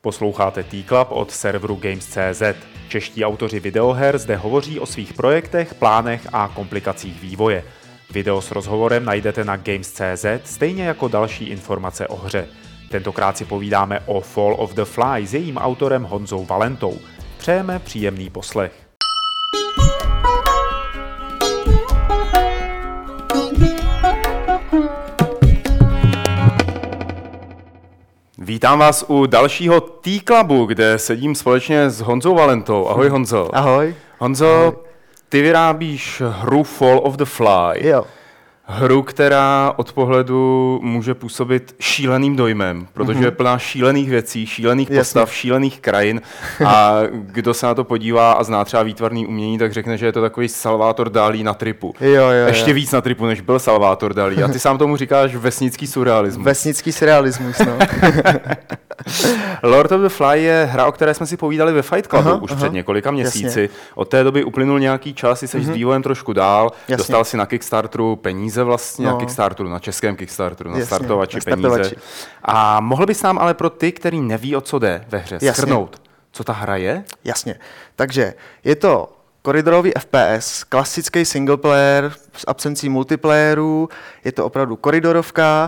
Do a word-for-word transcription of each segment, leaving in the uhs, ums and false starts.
Posloucháte T-Club od serveru Games tečka cé zet. Čeští autoři videoher zde hovoří o svých projektech, plánech a komplikacích vývoje. Video s rozhovorem najdete na Games tečka cé zet, stejně jako další informace o hře. Tentokrát si povídáme o Fall of the Fly s jejím autorem Honzou Valentou. Přejeme příjemný poslech. Vítám vás u dalšího T-Clubu, kde sedím společně s Honzou Valentou. Ahoj Honzo. Ahoj. Honzo, Ahoj. Ty vyrábíš hru Fall of the Fly. Jo. Hru, která od pohledu může působit šíleným dojmem, protože mm-hmm. je plná šílených věcí, šílených Jasně. postav, šílených krajin a kdo se na to podívá a zná třeba výtvarný umění, tak řekne, že je to takový Salvador Dalí na tripu. Jo, jo, Ještě jo. víc na tripu, než byl Salvador Dalí. A ty sám tomu říkáš vesnický surrealismus. Vesnický surrealismus, no. Lord of the Fly je hra, o které jsme si povídali ve Fight Clubu aha, už aha. před několika měsíci. Jasně. Od té doby uplynul nějaký čas, jsi mm-hmm. s vývojem trošku dál, Jasně. dostal si na Kickstarteru peníze vlastně, no. na Kickstarteru, na českém Kickstarteru, na Jasně, startovači na peníze. Startovači. A mohl bys nám ale pro ty, který neví, o co jde ve hře, shrnout, co ta hra je? Jasně, takže je to koridorový F P S, klasický single player s absencí multiplayeru, je to opravdu koridorovka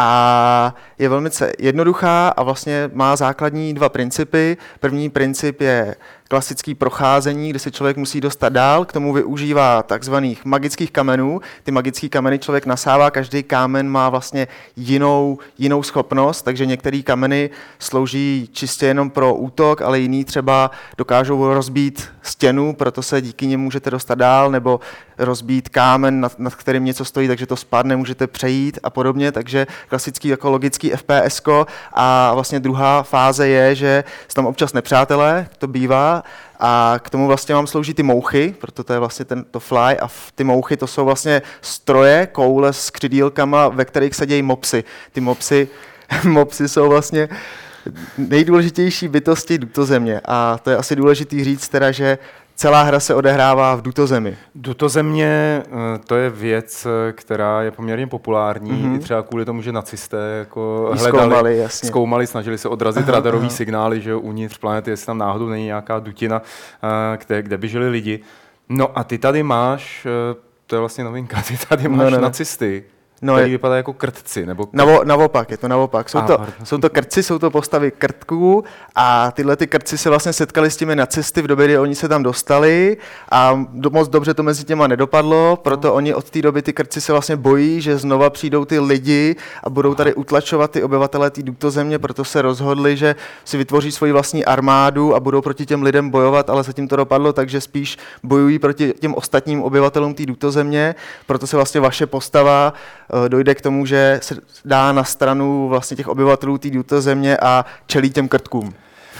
a je velmi jednoduchá a vlastně má základní dva principy. První princip je klasický procházení, kde se člověk musí dostat dál, k tomu využívá takzvaných magických kamenů. Ty magické kameny člověk nasává, každý kámen má vlastně jinou, jinou schopnost, takže některé kameny slouží čistě jenom pro útok, ale jiný třeba dokážou rozbít stěnu, proto se díky němu můžete dostat dál, nebo rozbít kámen, nad, nad kterým něco stojí, takže to spadne, můžete přejít a podobně, takže klasický jako logický F P S ko a vlastně druhá fáze je, že jsou tam občas nepřátelé, to bývá, a k tomu vlastně vám slouží ty mouchy, proto to je vlastně tento fly a ty mouchy to jsou vlastně stroje, koule s křidílkama, ve kterých se dějí mopsy. Ty mopsy, mopsy jsou vlastně nejdůležitější bytosti Dutozemě a to je asi důležitý říct teda, že celá hra se odehrává v Dutozemi. Dutozemě, to je věc, která je poměrně populární, mm-hmm. i třeba kvůli tomu, že nacisté jako hledali, zkoumali, jasně. zkoumali, snažili se odrazit radarový signály, že uvnitř planety, jestli tam náhodou není nějaká dutina, kde, kde by žili lidi. No a ty tady máš, to je vlastně novinka, ty tady máš no, no, nacisty. No který je, vypadá jako krtci, nebo... Krt... Navo, naopak, je to naopak. Jsou, ah, to, jsou to krtci, jsou to postavy krtků a tyhle ty krtci se vlastně setkali s těmi nacisty v době, kdy oni se tam dostali a do, moc dobře to mezi těma nedopadlo, proto no. oni od té doby ty krtci se vlastně bojí, že znova přijdou ty lidi a budou tady utlačovat ty obyvatelé té Dutozemě, proto se rozhodli, že si vytvoří svoji vlastní armádu a budou proti těm lidem bojovat, ale zatím to dopadlo, takže spíš bojují proti těm ostatním obyvatelům té Dutozemě, proto se vlastně vaše postava dojde k tomu, že se dá na stranu vlastně těch obyvatelů té Dutozemě a čelí těm krtkům.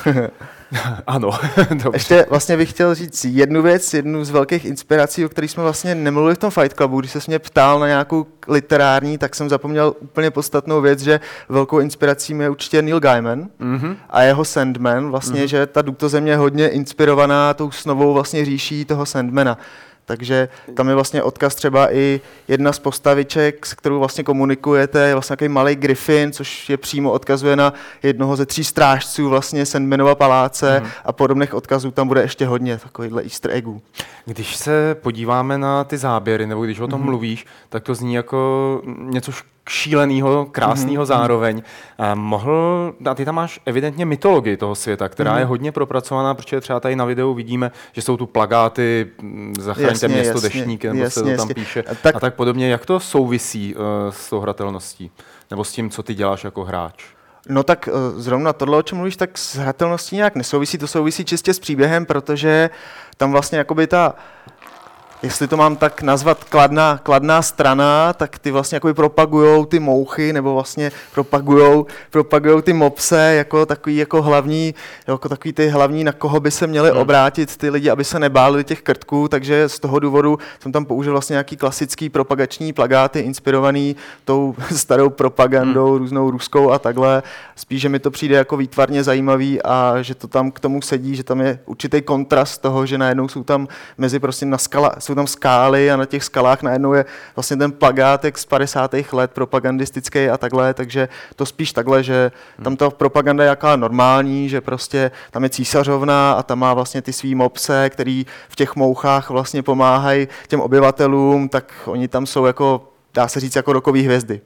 Ano. Ještě vlastně bych chtěl říct jednu věc, jednu z velkých inspirací, o kterých jsme vlastně nemluvili v tom Fight Clubu. Když se mě ptal na nějakou literární, tak jsem zapomněl úplně podstatnou věc, že velkou inspirací je určitě Neil Gaiman mm-hmm. a jeho Sandman. Vlastně, mm-hmm. že ta Dutozemě je hodně inspirovaná tou snovou vlastně říší toho Sandmana. Takže tam je vlastně odkaz třeba i jedna z postaviček, s kterou vlastně komunikujete, je vlastně takový malý Griffin, což je přímo odkazuje na jednoho ze tří strážců vlastně Sandmanova paláce mm. a podobných odkazů tam bude ještě hodně takovýchhle easter eggů. Když se podíváme na ty záběry, nebo když o tom mm. mluvíš, tak to zní jako něco šílenýho, krásného mm-hmm. zároveň. A mohl, a ty tam máš evidentně mytologii toho světa, která mm-hmm. je hodně propracovaná, protože třeba tady na videu vidíme, že jsou tu plagáty Zachraňte jasně, město jasně, deštníky, nebo jasně, se to tam jasně. píše a tak, a tak podobně. Jak to souvisí uh, s tou hratelností? Nebo s tím, co ty děláš jako hráč? No tak zrovna tohle, o čem mluvíš, tak s hratelností nějak nesouvisí, to souvisí čistě s příběhem, protože tam vlastně jakoby ta jestli to mám tak nazvat kladná, kladná strana, tak ty vlastně jakoby propagujou ty mouchy, nebo vlastně propagujou, propagujou ty mopse jako takový jako hlavní, jako takový ty hlavní, na koho by se měli hmm. obrátit ty lidi, aby se nebáli těch krtků, takže z toho důvodu jsem tam použil vlastně nějaký klasický propagační plagáty, inspirovaný tou starou propagandou, hmm. různou ruskou a takhle. Spíš, že mi to přijde jako výtvarně zajímavý a že to tam k tomu sedí, že tam je určitý kontrast toho, že najednou jsou tam mezi prostě na skala, jsou jsou tam skály a na těch skalách najednou je vlastně ten plagátek z padesátých let propagandistický a takhle, takže to spíš takhle, že tam ta propaganda je jaká normální, že prostě tam je císařovna a tam má vlastně ty svý mopse, který v těch mouchách vlastně pomáhají těm obyvatelům, tak oni tam jsou jako, dá se říct, jako rokový hvězdy.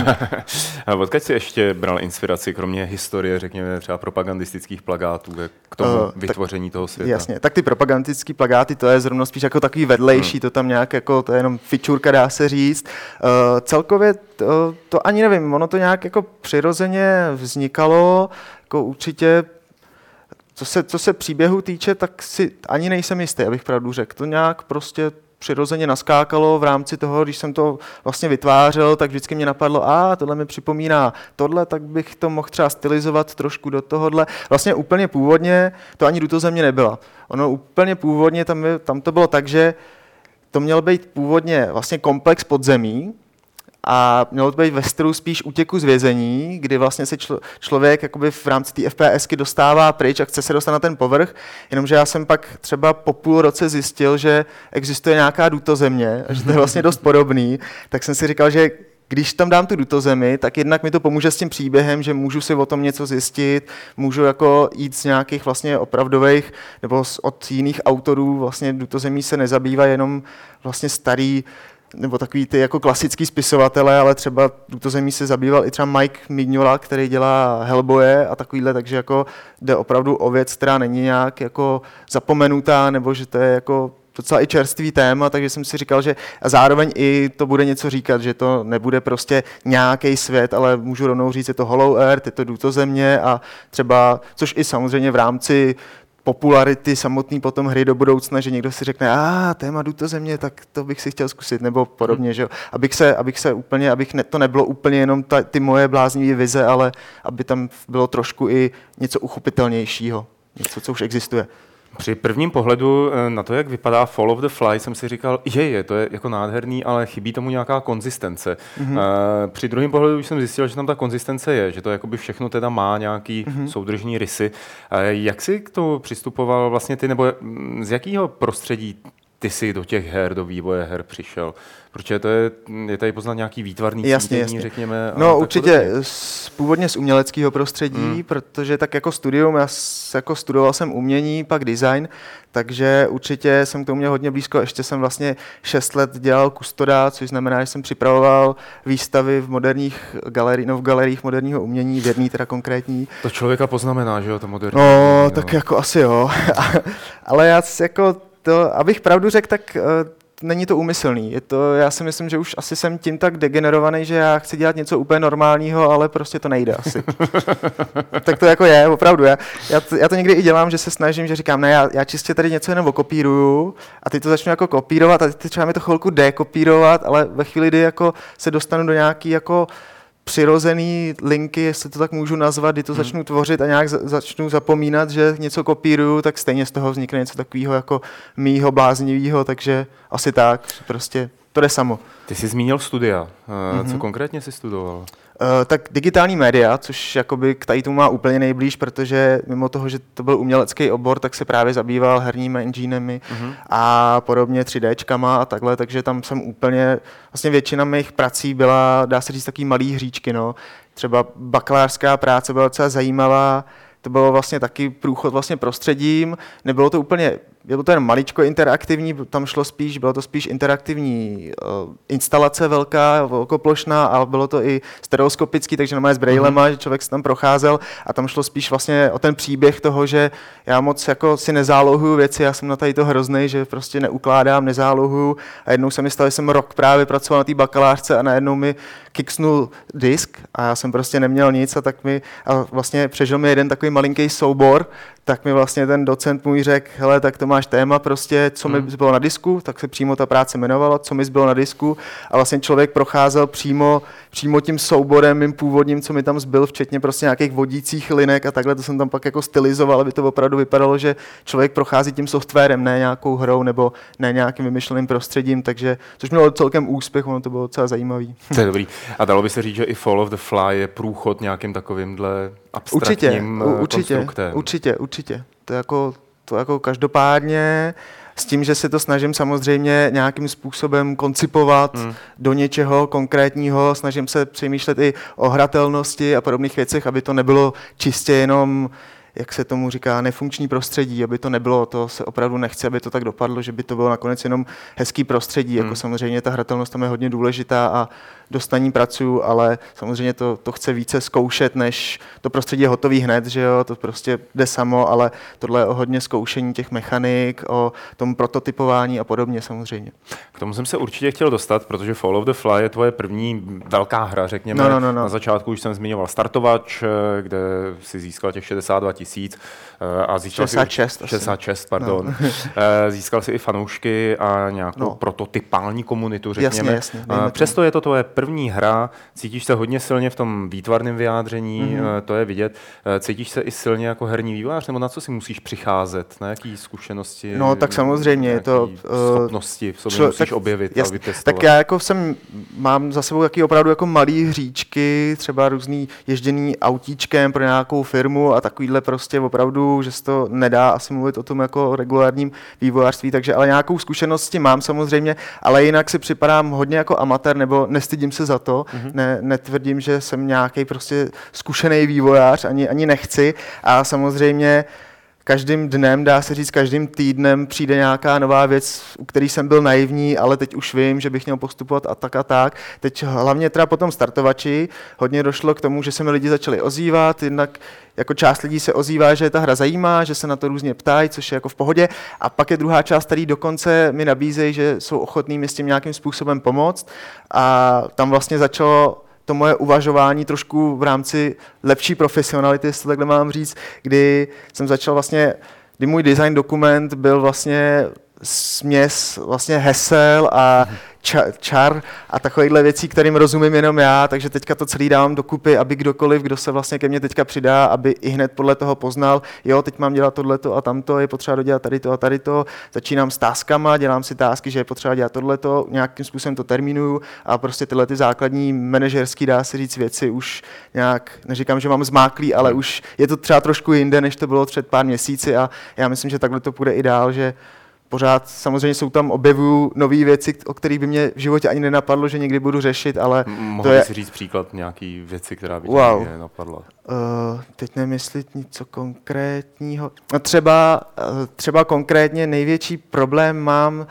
A odkud jsi ještě bral inspiraci, kromě historie, řekněme třeba propagandistických plagátů k tomu uh, vytvoření tak, toho světa? Jasně, tak ty propagandistické plagáty, to je zrovna spíš jako takový vedlejší, hmm. to tam nějak jako, to je jenom fičurka, dá se říct. Uh, celkově to, to ani nevím, ono to nějak jako přirozeně vznikalo, jako určitě. Co se, co se příběhu týče, tak si ani nejsem jistý, abych pravdu řekl. To nějak prostě přirozeně naskákalo v rámci toho, když jsem to vlastně vytvářel, tak vždycky mě napadlo, a tohle mi připomíná tohle, tak bych to mohl třeba stylizovat trošku do tohohle. Vlastně úplně původně to ani Dutozemě nebyla. Ono úplně původně, tam, tam to bylo tak, že to měl být původně vlastně komplex podzemí, a mělo to být ve stylu spíš útěku z vězení, kdy vlastně se člo, člověk jakoby v rámci té FPSky dostává pryč a chce se dostat na ten povrch, jenomže já jsem pak třeba po půl roce zjistil, že existuje nějaká Dutozemě a že to je vlastně dost podobný, tak jsem si říkal, že když tam dám tu Dutozemi, tak jednak mi to pomůže s tím příběhem, že můžu si o tom něco zjistit, můžu jako jít z nějakých vlastně opravdových nebo od jiných autorů, vlastně Dutozemí se nezabývá jenom vlastně starý nebo takový ty jako klasický spisovatelé, ale třeba Dutozemí se zabýval i třeba Mike Mignola, který dělá Hellboye a takovýhle, takže jako jde opravdu o věc, která není nějak jako zapomenutá, nebo že to je jako docela i čerstvý téma, takže jsem si říkal, že a zároveň i to bude něco říkat, že to nebude prostě nějaký svět, ale můžu rovnou říct, je to Hollow Earth, je to Dutozemě a třeba, což i samozřejmě v rámci popularity samotný potom hry do budoucna, že někdo si řekne, a téma Dutozemě, tak to bych si chtěl zkusit, nebo podobně, že jo. Abych se, abych se úplně, abych ne, to nebylo úplně jenom ta, ty moje bláznivé vize, ale aby tam bylo trošku i něco uchopitelnějšího, něco, co už existuje. Při prvním pohledu na to, jak vypadá Fall of the Fly, jsem si říkal, je, je, to je jako nádherný, ale chybí tomu nějaká konzistence. Mm-hmm. Při druhém pohledu už jsem zjistil, že tam ta konzistence je, že to jakoby všechno teda má nějaký mm-hmm. soudržní rysy. Jak jsi k tomu přistupoval vlastně ty, nebo z jakého prostředí ty jsi do těch her, do vývoje her přišel? Protože to je, je tady poznat nějaký výtvarný jasně, cítění, jasně. řekněme. No určitě z, původně z uměleckého prostředí, mm. protože tak jako studium, já jako studoval jsem umění, pak design, takže určitě jsem k tomu měl hodně blízko. Ještě jsem vlastně šest let dělal kustoda, což znamená, že jsem připravoval výstavy v moderních galeriích, no v galeriích moderního umění, v jedný teda konkrétní. To člověka poznamená, že jo, to moderní. No, umění, tak jo. jako asi jo. Ale já jako to, abych pravdu řekl, tak není to úmyslný. Je to, já si myslím, že už asi jsem tím tak degenerovaný, že já chci dělat něco úplně normálního, ale prostě to nejde asi. Tak to jako je, opravdu. Já, já, to, já to někdy i dělám, že se snažím, že říkám, ne, já, já čistě tady něco jenom okopíruju a ty to začnu jako kopírovat a ty třeba mi to chvilku dekopírovat, ale ve chvíli, kdy jako se dostanu do nějaký jako přirozený linky, jestli to tak můžu nazvat, kdy to hmm. začnu tvořit a nějak za, začnu zapomínat, že něco kopíruju, tak stejně z toho vznikne něco takového jako mýho bláznivého, takže asi tak, prostě to jde samo. Ty jsi zmínil studia. Mm-hmm. Co konkrétně jsi studoval? Uh, tak digitální média, což jakoby k tady tomu má úplně nejblíž, protože mimo toho, že to byl umělecký obor, tak se právě zabýval herními enginemi mm-hmm. a podobně tři déčkama a takhle, takže tam jsem úplně, vlastně většina mých prací byla, dá se říct, takový malý hříčky, no. Třeba bakalářská práce byla docela zajímavá, to bylo vlastně taky průchod vlastně prostředím, nebylo to úplně, bylo to jen maličko interaktivní, tam šlo spíš, bylo to spíš interaktivní uh, instalace velká, velkoplošná, ale bylo to i stereoskopický, takže normálně s braillema, mm-hmm. že člověk se tam procházel a tam šlo spíš vlastně o ten příběh toho, že já moc jako si nezálohuju věci, já jsem na tady to hroznej, že prostě neukládám, nezálohuju a jednou se mi stalo, že jsem rok právě pracoval na té bakalářce a najednou mi kiksnul disk a já jsem prostě neměl nic a tak mi a vlastně přežil mi jeden takový malinký soubor, tak mi vlastně ten docent můj řekl, hele, tak to máš téma prostě, co mi zbylo na disku, tak se přímo ta práce jmenovala, co mi zbylo na disku a vlastně člověk procházel přímo, přímo tím souborem mým původním, co mi tam zbyl, včetně prostě nějakých vodících linek a takhle, to jsem tam pak jako stylizoval, aby to opravdu vypadalo, že člověk prochází tím softwarem, ne nějakou hrou nebo ne nějakým vymyšleným prostředím, takže, což mělo celkem úspěch, ono to bylo docela zajímavý. To je dobrý. A dalo by se říct, že i Fall of the Fly je průchod nějakým takovýmhle abstraktním určitě, určitě, konstruktem. Určitě, určitě. To jako, to jako každopádně S tím, že se to snažím samozřejmě nějakým způsobem koncipovat hmm. do něčeho konkrétního, snažím se přemýšlet i o hratelnosti a podobných věcech, aby to nebylo čistě jenom, jak se tomu říká, nefunkční prostředí, aby to nebylo, to se opravdu nechce, aby to tak dopadlo, že by to bylo nakonec jenom hezký prostředí, hmm. jako samozřejmě ta hratelnost tam je hodně důležitá a dost na ní pracuju, ale samozřejmě to, to chce více zkoušet, než to prostředí je hotový hned, že jo, to prostě jde samo, ale tohle je o hodně zkoušení těch mechanik, o tom prototypování a podobně samozřejmě. K tomu jsem se určitě chtěl dostat, protože Fall of the Fly je tvoje první velká hra, řekněme. No, no, no, no. Na začátku už jsem zmiňoval Startovač, kde si získal těch šedesát dva tisíc a získal šedesát šest, si šedesát šest, pardon. No. Získal si i fanoušky a nějakou no. prototypální komunitu, řekněme. Jasně, jasně. Přesto je to tvoje první hra, cítíš se hodně silně v tom výtvarném vyjádření, mm-hmm. to je vidět. Cítíš se i silně jako herní vývojář, nebo na co si musíš přicházet? Na jaký zkušenosti? No tak samozřejmě je to schopnosti v sobě člo, musíš tak, objevit jasný, a vytestovat. Tak já jako jsem, mám za sebou taky opravdu jako malý hříčky, třeba různý ježděný autíčkem pro nějakou firmu a takovýhle prostě opravdu, že se to nedá asi mluvit o tom jako regulárním vývojářství, takže ale nějakou zkušenosti mám samozřejmě, ale jinak si připadám hodně jako amatér, nebo nestydím se za to, mm-hmm. ne, netvrdím, že jsem nějaký prostě zkušený vývojář, ani, ani nechci a samozřejmě každým dnem, dá se říct, každým týdnem přijde nějaká nová věc, u který jsem byl naivní, ale teď už vím, že bych měl postupovat a tak a tak. Teď hlavně teda potom startovači, hodně došlo k tomu, že se mi lidi začali ozývat, jednak jako část lidí se ozývá, že ta hra zajímá, že se na to různě ptají, což je jako v pohodě. A pak je druhá část, který dokonce mi nabízejí, že jsou ochotní mi s tím nějakým způsobem pomoct. A tam vlastně začalo to moje uvažování trošku v rámci lepší profesionality, jestli takhle mám říct, kdy jsem začal vlastně, kdy můj design dokument byl vlastně směs vlastně hesel a čar, čar a takovýchhle věcí, kterým rozumím jenom já, takže teďka to celý dávám dokupy, aby kdokoliv, kdo se vlastně ke mně teďka přidá, aby i hned podle toho poznal, jo, teď mám dělat tohleto a tamto, je potřeba dodělat tady to a tady to, začínám s táskama, dělám si tásky, že je potřeba dělat tohleto, nějakým způsobem to termínuju a prostě tyhle ty základní manažerský, dá se říct, věci už nějak, neříkám, že mám zmáklý, ale už je to třeba trošku jinde, než to bylo před pár měsíci a já myslím, že takhle to půjde i dál, že pořád samozřejmě jsou tam, objevuju nové věci, o kterých by mě v životě ani nenapadlo, že někdy budu řešit, ale mohl bys si říct příklad nějaký věci, která by tě wow. někdy nenapadla? Uh, teď nemyslit něco konkrétního. No třeba, uh, třeba konkrétně největší problém mám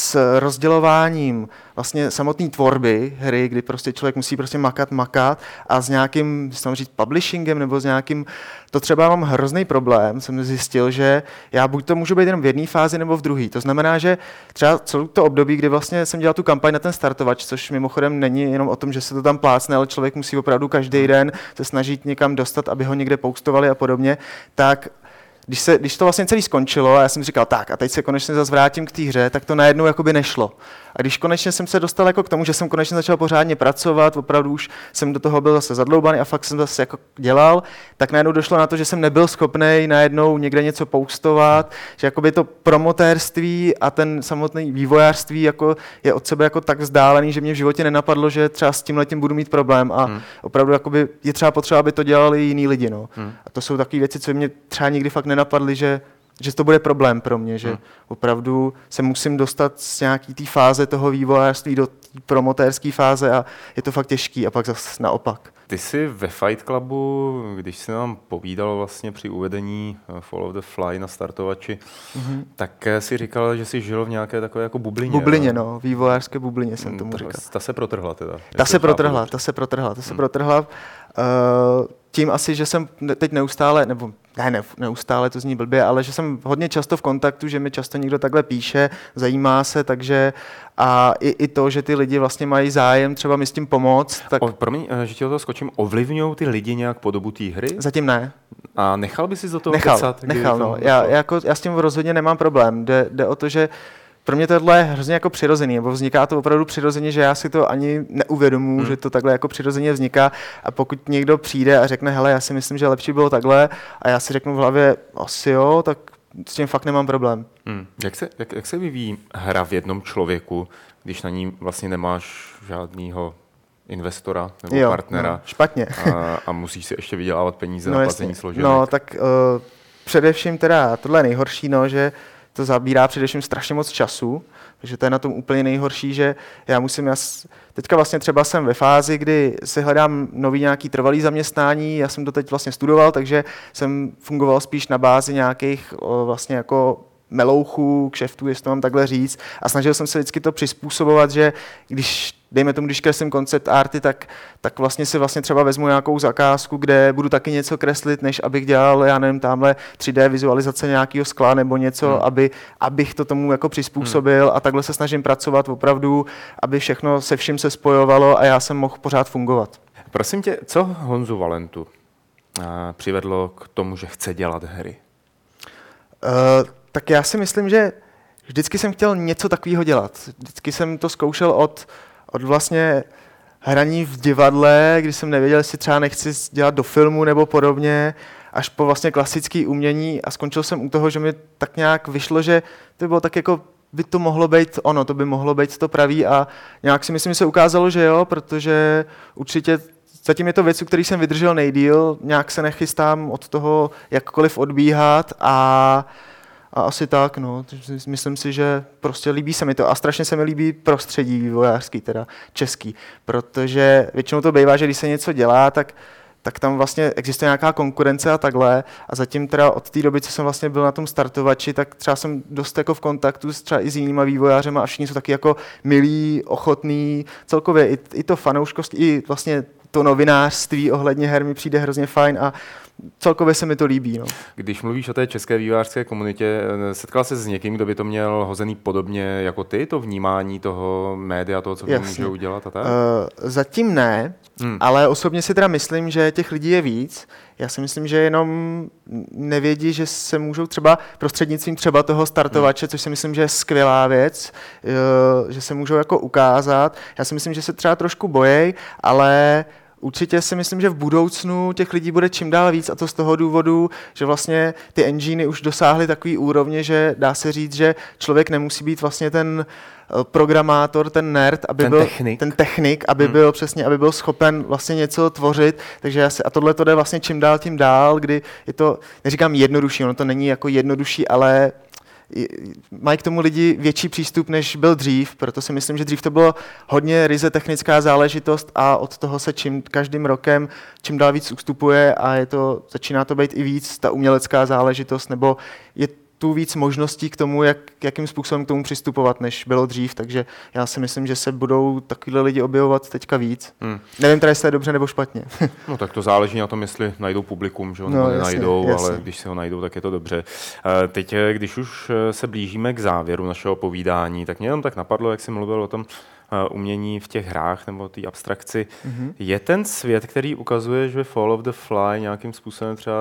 s rozdělováním vlastně samotné tvorby hry, kdy prostě člověk musí prostě makat, makat a s nějakým, jsem říct, publishingem nebo s nějakým, to třeba mám hrozný problém, jsem zjistil, že já buď to můžu být jenom v jedné fázi nebo v druhé. To znamená, že třeba celou to období, kdy vlastně jsem dělal tu kampaň na ten startovač, což mimochodem není jenom o tom, že se to tam plácne, ale člověk musí opravdu každý den se snažit někam dostat, aby ho někde postovali a podobně, tak Když, se, když to vlastně celý skončilo a já jsem říkal, tak a teď se konečně zase vrátím k té hře, tak to najednou jakoby nešlo. A když konečně jsem se dostal jako k tomu, že jsem konečně začal pořádně pracovat, opravdu už jsem do toho byl zase zadloubaný a fakt jsem zase jako dělal, tak najednou došlo na to, že jsem nebyl schopný najednou někde něco postovat, že jakoby to promotérství a ten samotný vývojářství jako je od sebe jako tak vzdálený, že mě v životě nenapadlo, že třeba s tímhletím budu mít problém a hmm. opravdu jakoby je třeba potřeba, aby to dělali jiní lidi. No. Hmm. A to jsou takové věci, co mě třeba nikdy fakt nenapadly, že že to bude problém pro mě, že hmm. opravdu se musím dostat z nějaký té fáze toho vývojářství do promotérské fáze a je to fakt těžký a pak zase naopak. Ty jsi ve Fight Clubu, když jsi nám povídal vlastně při uvedení Fall of the Fly na startovači, mm-hmm. tak si říkal, že jsi žil v nějaké takové jako bublině. Bublině, no, no vývojářské bublině jsem tomu ta, říkal. Ta se protrhla teda. Ta se protrhla, ta se protrhla, ta se protrhla. Uh, tím asi, že jsem teď neustále, nebo ne, ne, neustále, to zní blbě, ale že jsem hodně často v kontaktu, že mi často někdo takhle píše, zajímá se, takže a i, i to, že ty lidi vlastně mají zájem třeba mi s tím pomoct. Tak... O, promiň, že ti o to skočím, ovlivňují ty lidi nějak podobu té hry? Zatím ne. A nechal by si do toho nechal, kecat? Nechal, no. Já, jako, já s tím rozhodně nemám problém. Jde, jde o to, že pro mě tohle je hrozně jako přirozený, nebo vzniká to opravdu přirozeně, že já si to ani neuvědomuji, hmm. že to takhle jako přirozeně vzniká a pokud někdo přijde a řekne, hele, já si myslím, že lepší bylo takhle a já si řeknu v hlavě, asi jo, tak s tím fakt nemám problém. Hmm. Jak se, jak, jak se vyvíjí hra v jednom člověku, když na ní vlastně nemáš žádnýho investora nebo jo, partnera no, špatně. A, a musíš si ještě vydělávat peníze no, na placení složenek? No tak uh, především teda, tohle je nejhorší, no, že to zabírá především strašně moc času, takže to je na tom úplně nejhorší, že já musím, já teďka vlastně třeba jsem ve fázi, kdy si hledám nový nějaký trvalý zaměstnání, já jsem to teď vlastně studoval, takže jsem fungoval spíš na bázi nějakých vlastně jako melouchů, kšeftů, jestli to mám takhle říct, a snažil jsem se vždycky to přizpůsobovat, že když, dejme tomu, když kreslím koncept arty, tak, tak vlastně si vlastně třeba vezmu nějakou zakázku, kde budu taky něco kreslit, než abych dělal, já nevím, tamhle tři dé vizualizace nějakého skla nebo něco, hmm. aby, abych to tomu jako přizpůsobil hmm. a takhle se snažím pracovat opravdu, aby všechno se vším se spojovalo a já jsem mohl pořád fungovat. Prosím tě, co Honzu Valentu a, přivedlo k tomu, že chce dělat hry? Uh, tak já si myslím, že vždycky jsem chtěl něco takového dělat. Vždycky jsem to zkoušel od, od vlastně hraní v divadle, kdy jsem nevěděl, jestli třeba nechci dělat do filmu nebo podobně, až po vlastně klasické umění a skončil jsem u toho, že mi tak nějak vyšlo, že to by bylo tak jako by to mohlo být ono, to by mohlo být to pravý a nějak si myslím, že se ukázalo, že jo, protože určitě zatím je to věc, u který jsem vydržel nejdýl, nějak se nechystám od toho jakkoliv odbíhat a A asi tak, no. Myslím si, že prostě líbí se mi to a strašně se mi líbí prostředí vývojářský, teda český, protože většinou to bývá, že když se něco dělá, tak, tak tam vlastně existuje nějaká konkurence a takhle a zatím teda od té doby, co jsem vlastně byl na tom startovači, tak třeba jsem dost jako v kontaktu s třeba i s jinýma vývojářema a všichni jsou taky jako milí, ochotní, celkově i, i to fanouškost, i vlastně to novinářství ohledně her mi přijde hrozně fajn a celkově se mi to líbí. No. Když mluvíš o té české vývojářské komunitě, setkal jsi s někým, kdo by to měl hozený podobně jako ty, to vnímání toho média, toho, co by může udělat a tak? Uh, zatím ne, hmm. ale osobně si teda myslím, že těch lidí je víc. Já si myslím, že jenom nevědí, že se můžou třeba prostřednictvím třeba toho startovače, hmm. což si myslím, že je skvělá věc, uh, že se můžou jako ukázat. Já si myslím, že se třeba trošku bojí, ale určitě si myslím, že v budoucnu těch lidí bude čím dál víc a to z toho důvodu, že vlastně ty enginy už dosáhly takový úrovně, že dá se říct, že člověk nemusí být vlastně ten programátor, ten nerd, aby ten byl technik. ten technik, aby hmm. byl přesně, aby byl schopen vlastně něco tvořit, takže asi, a tohle to jde vlastně čím dál tím dál, kdy je to, neříkám jednodušší, ono to není jako jednodušší, ale mají k tomu lidi větší přístup, než byl dřív, proto si myslím, že dřív to bylo hodně ryze technická záležitost a od toho se čím každým rokem čím dál víc ustupuje a je to, začíná to být i víc ta umělecká záležitost, nebo je tu víc možností k tomu, jak, jakým způsobem k tomu přistupovat, než bylo dřív, takže já si myslím, že se budou takovýhle lidi objevovat teďka víc. Hmm. Nevím teda, jestli je dobře nebo špatně. No tak to záleží na tom, jestli najdou publikum, že ho no, nenajdou, jasně, ale když si ho najdou, tak je to dobře. Teď, když už se blížíme k závěru našeho povídání, tak mě jenom tak napadlo, jak jsi mluvil o tom umění v těch hrách nebo té abstrakci. Mm-hmm. Je ten svět, který ukazuje, že Fall of the Fly nějakým způsobem třeba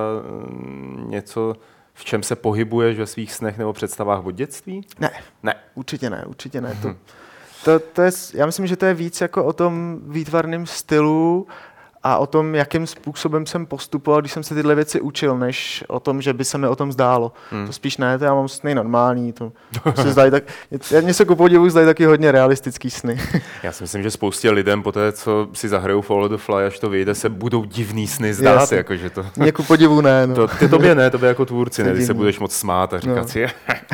něco, v čem se pohybuješ ve svých snech nebo představách od dětství? Ne, ne. Určitě ne, určitě ne. To, to, to je, já myslím, že to je víc jako o tom výtvarném stylu a o tom, jakým způsobem jsem postupoval, když jsem se tyhle věci učil, než o tom, že by se mi o tom zdálo. Hmm. To spíš ne, to já mám sny normální. To, to se zdají tak, mně se ku podivu zdají taky hodně realistický sny. Já si myslím, že spoustě lidem po té, co si zahrajou Fall of the Fly, až to vyjde, se budou divný sny zdát. Jakože to, mně ku podivu ne. No. To, ty tobě ne, tobě jako tvůrci, ne, ty se budeš moc smát a říkat no. si,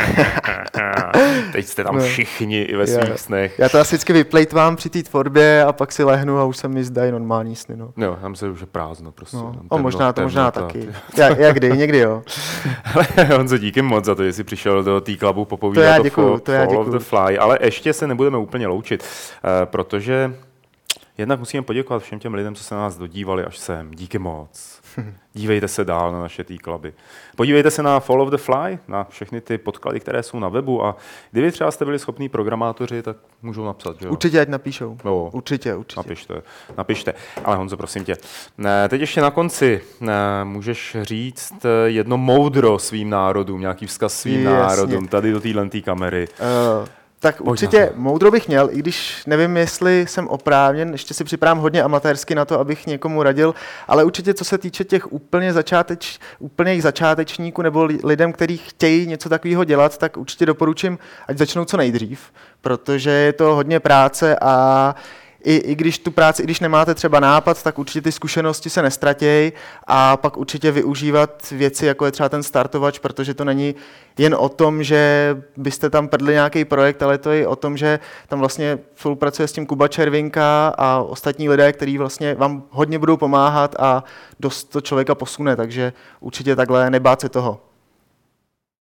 teď jste tam no. všichni i ve svých já, snech. Já to asi vždycky vyplejtvám při té tvorbě a pak si lehnu a už se mi zdají normální sny. No. Jo, tam se už je prázdno prostě. No. O, možná to možná taky. Jak, jak kdy, někdy jo. Ale Honzo, díky moc za to, že jsi přišel do té klubu popovídat to, děkuju, to, to Fall of the Fly, ale ještě se nebudeme úplně loučit, uh, protože jednak musíme poděkovat všem těm lidem, co se na nás dodívali až sem. Díky moc. Dívejte se dál na naše T-kluby. Podívejte se na Fall of the Fly, na všechny ty podklady, které jsou na webu a kdyby třeba jste byli schopní programátoři, tak můžou napsat, že jo? Určitě, ať napíšou. Jo. Určitě, určitě. Napište, napište. Ale Honzo, prosím tě, teď ještě na konci můžeš říct jedno moudro svým národům, nějaký vzkaz svým Jasně. národům, tady do téhle kamery. Uh. Tak určitě moudro bych měl, i když nevím, jestli jsem oprávněn, ještě si připravám hodně amatérsky na to, abych někomu radil, ale určitě co se týče těch úplně začáteč, úplných začátečníků nebo lidem, kteří chtějí něco takového dělat, tak určitě doporučím, ať začnou co nejdřív, protože je to hodně práce a i, i když tu práci, i když nemáte třeba nápad, tak určitě ty zkušenosti se nestratějí a pak určitě využívat věci, jako je třeba ten startovač, protože to není jen o tom, že byste tam prdli nějaký projekt, ale to je i o tom, že tam vlastně spolupracuje s tím Kuba Červinka a ostatní lidé, kteří vlastně vám hodně budou pomáhat a dost to člověka posune, takže určitě takhle nebát se toho.